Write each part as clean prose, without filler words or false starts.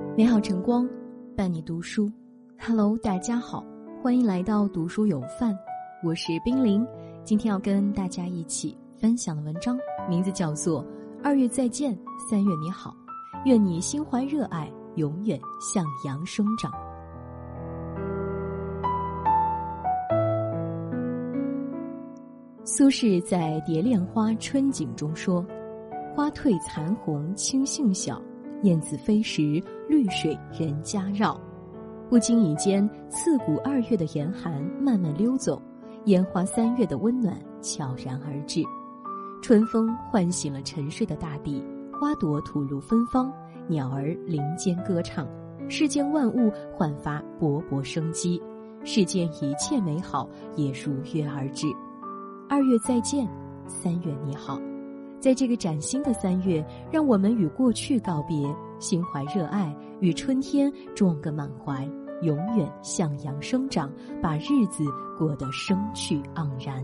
美好晨光伴你读书。 Hello， 大家好，欢迎来到读书有范，我是冰凌。今天要跟大家一起分享的文章名字叫做2月再见，3月你好，愿你心怀热爱，永远向阳生长。苏轼在《蝶恋花·春景》中说：花褪残红青杏小，燕子飞时绿水人家绕。不经意间，刺骨2月的严寒慢慢溜走，烟花3月的温暖悄然而至。春风唤醒了沉睡的大地，花朵吐露芬芳，鸟儿林间歌唱，世间万物焕发勃勃生机，世间一切美好也如约而至。2月再见，3月你好。在这个崭新的3月，让我们与过去告别，心怀热爱，与春天撞个满怀，永远向阳生长，把日子过得生趣盎然。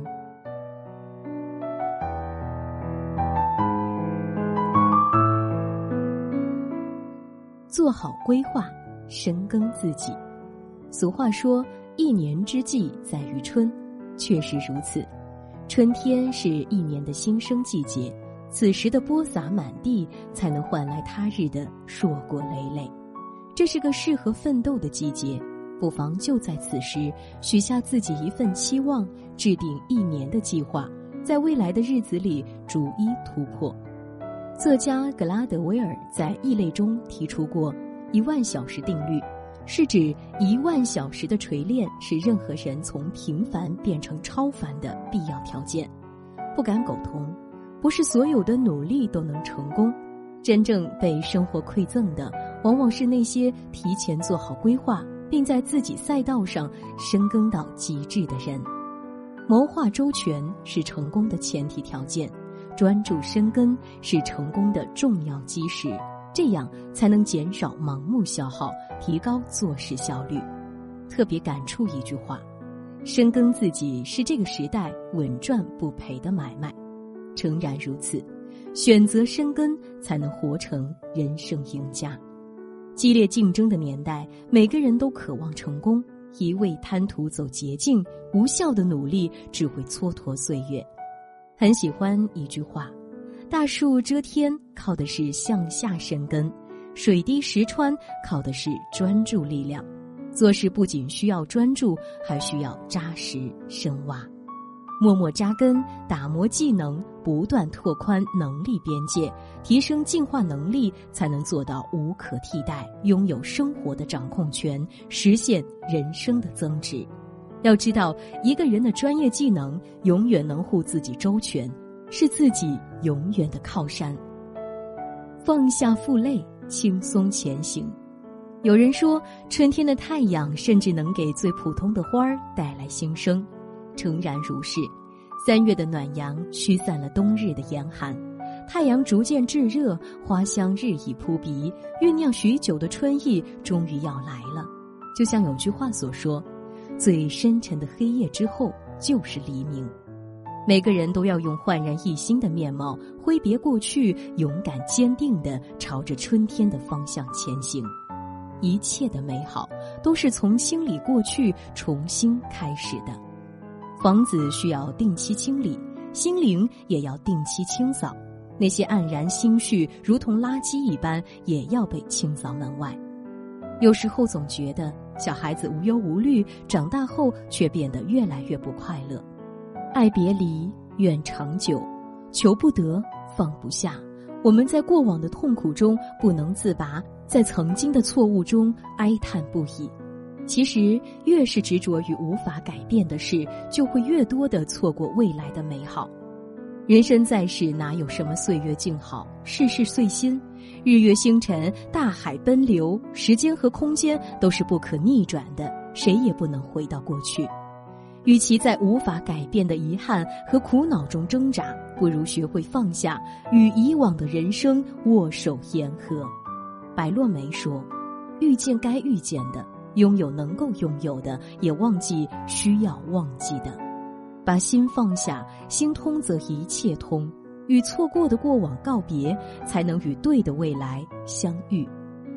做好规划，深耕自己。俗话说，1年之计在于春，确实如此。春天是1年的新生季节，此时的播撒满地，才能换来他日的硕果累累。这是个适合奋斗的季节，不妨就在此时许下自己一份期望，制定1年的计划，在未来的日子里逐一突破。作家格拉德威尔在《异类》中提出过10000小时定律，是指10000小时的锤炼是任何人从平凡变成超凡的必要条件。不敢苟同，不是所有的努力都能成功，真正被生活馈赠的，往往是那些提前做好规划，并在自己赛道上深耕到极致的人。谋划周全是成功的前提条件，专注深耕是成功的重要基石，这样才能减少盲目消耗，提高做事效率。特别感触一句话：深耕自己是这个时代稳赚不赔的买卖。诚然如此，选择深耕才能活成人生赢家。激烈竞争的年代，每个人都渴望成功，一味贪图走捷径，无效的努力只会蹉跎岁月。很喜欢一句话：大树遮天靠的是向下深耕，水滴石穿靠的是专注力量。做事不仅需要专注，还需要扎实深挖。默默扎根，打磨技能，不断拓宽能力边界，提升进化能力，才能做到无可替代，拥有生活的掌控权，实现人生的增值。要知道，一个人的专业技能永远能护自己周全，是自己永远的靠山。放下负累，轻松前行。有人说，春天的太阳甚至能给最普通的花儿带来新生。诚然如是，3月的暖阳驱散了冬日的严寒，太阳逐渐炙热，花香日益扑鼻，酝酿许久的春意终于要来了。就像有句话所说，最深沉的黑夜之后就是黎明。每个人都要用焕然一新的面貌，挥别过去，勇敢坚定地朝着春天的方向前行。一切的美好都是从清理过去重新开始的。房子需要定期清理，心灵也要定期清扫，那些黯然心绪如同垃圾一般，也要被清扫门外。有时候总觉得小孩子无忧无虑，长大后却变得越来越不快乐。爱别离，愿长久，求不得，放不下。我们在过往的痛苦中不能自拔，在曾经的错误中哀叹不已。其实越是执着于无法改变的事，就会越多地错过未来的美好。人生在世，哪有什么岁月静好，世事岁新，日月星辰，大海奔流，时间和空间都是不可逆转的，谁也不能回到过去。与其在无法改变的遗憾和苦恼中挣扎，不如学会放下，与以往的人生握手言和。白落梅说，遇见该遇见的，拥有能够拥有的，也忘记需要忘记的。把心放下，心通则一切通，与错过的过往告别，才能与对的未来相遇。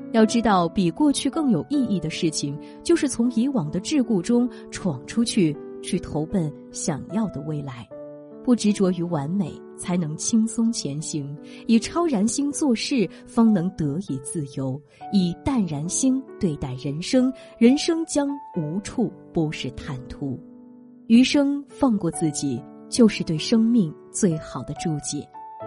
要知道，比过去更有意义的事情，就是从以往的桎梏中闯出去，去投奔想要的未来。不执着于完美，才能轻松前行；以超然心做事，方能得以自由；以淡然心对待人生，人生将无处不是坦途。余生放过自己，就是对生命最好的注解。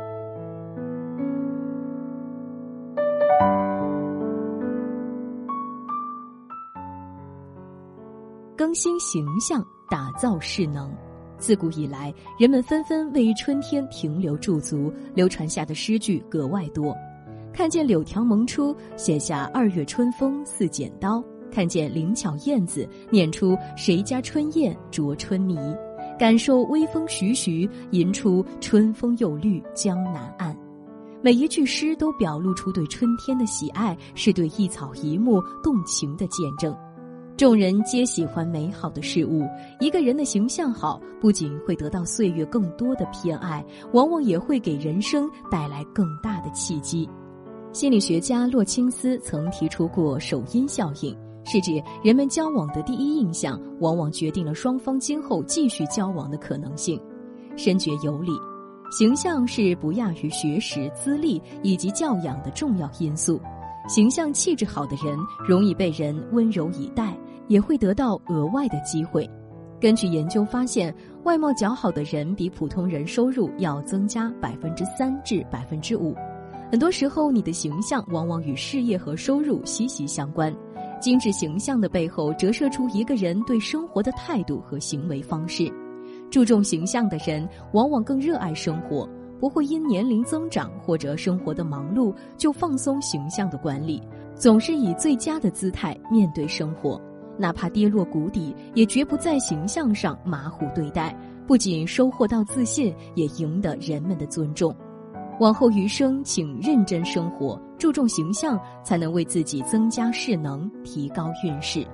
更新形象，打造势能。自古以来，人们纷纷为春天停留驻足，流传下的诗句格外多。看见柳条萌出，写下2月春风似剪刀；看见灵巧燕子，念出谁家春燕啄春泥；感受微风徐徐，吟出春风又绿江南岸。每一句诗都表露出对春天的喜爱，是对一草一木动情的见证。众人皆喜欢美好的事物，一个人的形象好，不仅会得到岁月更多的偏爱，往往也会给人生带来更大的契机。心理学家洛钦斯曾提出过首因效应，是指人们交往的第一印象往往决定了双方今后继续交往的可能性。深觉有理，形象是不亚于学识、资历以及教养的重要因素。形象气质好的人容易被人温柔以待，也会得到额外的机会。根据研究发现，外貌较好的人比普通人收入要增加3%至5%。很多时候，你的形象往往与事业和收入息息相关。精致形象的背后，折射出一个人对生活的态度和行为方式。注重形象的人，往往更热爱生活，不会因年龄增长或者生活的忙碌就放松形象的管理，总是以最佳的姿态面对生活，哪怕跌落谷底，也绝不在形象上马虎对待，不仅收获到自信，也赢得人们的尊重。往后余生，请认真生活，注重形象，才能为自己增加势能，提高运势。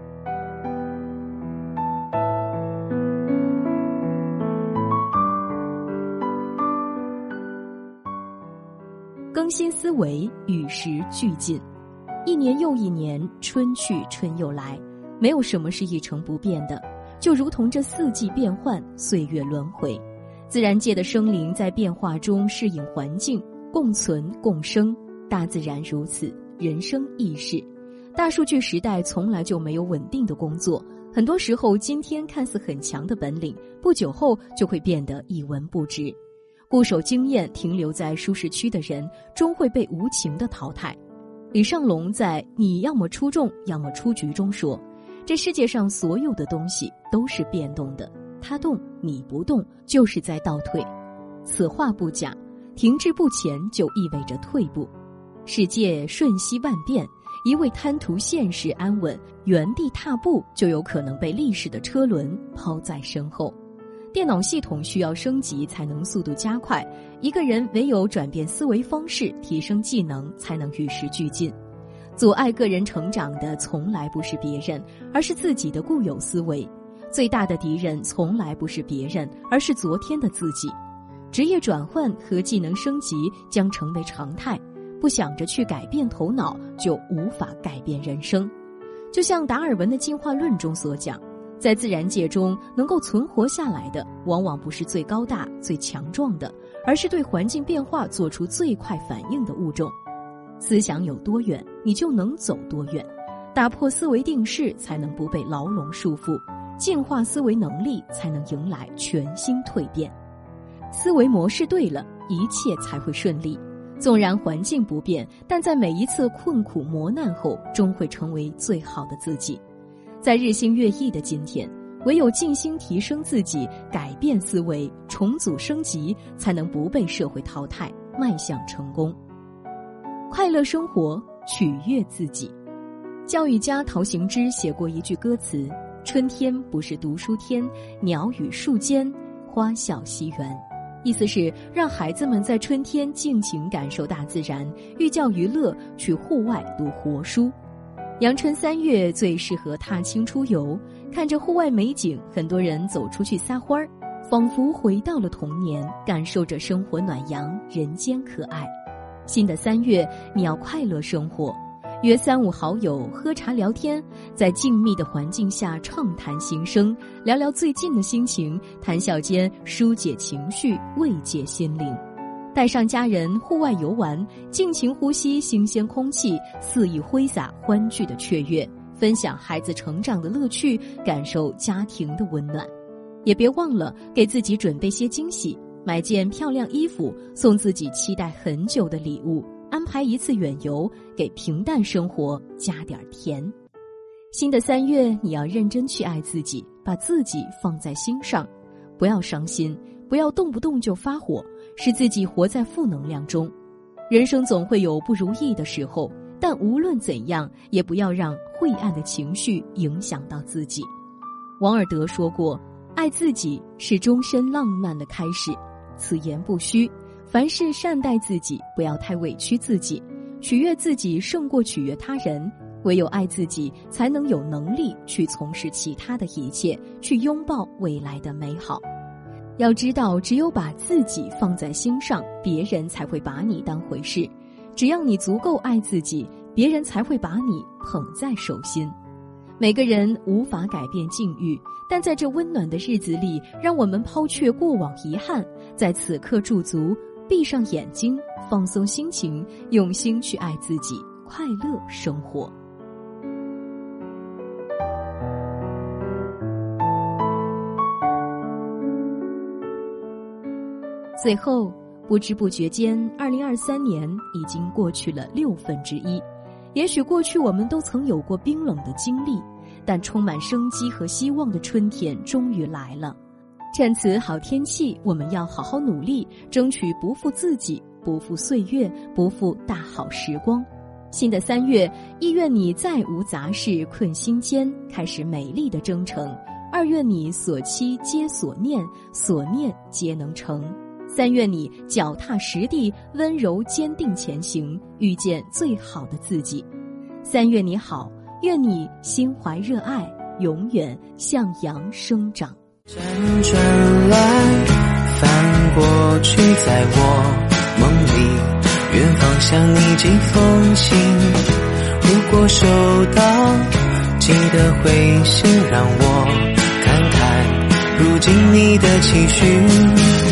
更新思维，与时俱进。一年又一年，春去春又来，没有什么是一成不变的，就如同这四季变换，岁月轮回。自然界的生灵在变化中适应环境，共存共生，大自然如此，人生亦是。大数据时代从来就没有稳定的工作，很多时候今天看似很强的本领，不久后就会变得一文不值。固守经验停留在舒适区的人，终会被无情的淘汰。李尚龙在《你要么出众，要么出局》中说，这世界上所有的东西都是变动的，它动你不动，就是在倒退。此话不假，停滞不前就意味着退步。世界瞬息万变，一味贪图现实安稳，原地踏步就有可能被历史的车轮抛在身后。电脑系统需要升级才能速度加快，一个人唯有转变思维方式，提升技能，才能与时俱进。阻碍个人成长的从来不是别人，而是自己的固有思维。最大的敌人从来不是别人，而是昨天的自己。职业转换和技能升级将成为常态，不想着去改变头脑，就无法改变人生。就像达尔文的进化论中所讲，在自然界中能够存活下来的，往往不是最高大、最强壮的，而是对环境变化做出最快反应的物种。思想有多远，你就能走多远。打破思维定式，才能不被牢笼束缚。进化思维能力，才能迎来全新蜕变。思维模式对了，一切才会顺利。纵然环境不变，但在每一次困苦磨难后，终会成为最好的自己。在日新月异的今天，唯有尽心提升自己，改变思维，重组升级，才能不被社会淘汰，迈向成功。快乐生活，取悦自己。教育家陶行知写过一句歌词，春天不是读书天，鸟语树间，花笑西园。意思是让孩子们在春天尽情感受大自然，寓教于乐，去户外读活书。阳春3月最适合踏青出游，看着户外美景，很多人走出去撒欢儿，仿佛回到了童年，感受着生活暖阳，人间可爱。新的3月，你要快乐生活， 约3-5好友喝茶聊天，在静谧的环境下畅谈心声，聊聊最近的心情，谈笑间疏解情绪，慰藉心灵。带上家人户外游玩，尽情呼吸新鲜空气，肆意挥洒欢聚的雀跃，分享孩子成长的乐趣，感受家庭的温暖。也别忘了给自己准备些惊喜，买件漂亮衣服，送自己期待很久的礼物，安排一次远游，给平淡生活加点甜。新的3月，你要认真去爱自己，把自己放在心上，不要伤心，不要动不动就发火，使自己活在负能量中。人生总会有不如意的时候，但无论怎样，也不要让晦暗的情绪影响到自己。王尔德说过，爱自己是终身浪漫的开始，此言不虚。凡事善待自己，不要太委屈自己，取悦自己胜过取悦他人。唯有爱自己，才能有能力去从事其他的一切，去拥抱未来的美好。要知道，只有把自己放在心上，别人才会把你当回事。只要你足够爱自己，别人才会把你捧在手心。每个人无法改变境遇，但在这温暖的日子里，让我们抛却过往遗憾，在此刻驻足，闭上眼睛，放松心情，用心去爱自己，快乐生活。最后，不知不觉间，2023年已经过去了1/6。也许过去我们都曾有过冰冷的经历，但充满生机和希望的春天终于来了。趁此好天气，我们要好好努力，争取不负自己，不负岁月，不负大好时光。新的3月，1月你再无杂事困心间，开始美丽的征程；2月你所期皆所念，所念皆能成；3月你脚踏实地，温柔坚定前行，遇见最好的自己。3月你好，愿你心怀热爱，永远向阳生长。 辗转来翻过去，在我梦里，远方向你寄封信，如果收到，记得回信让我看看，如今你的期许。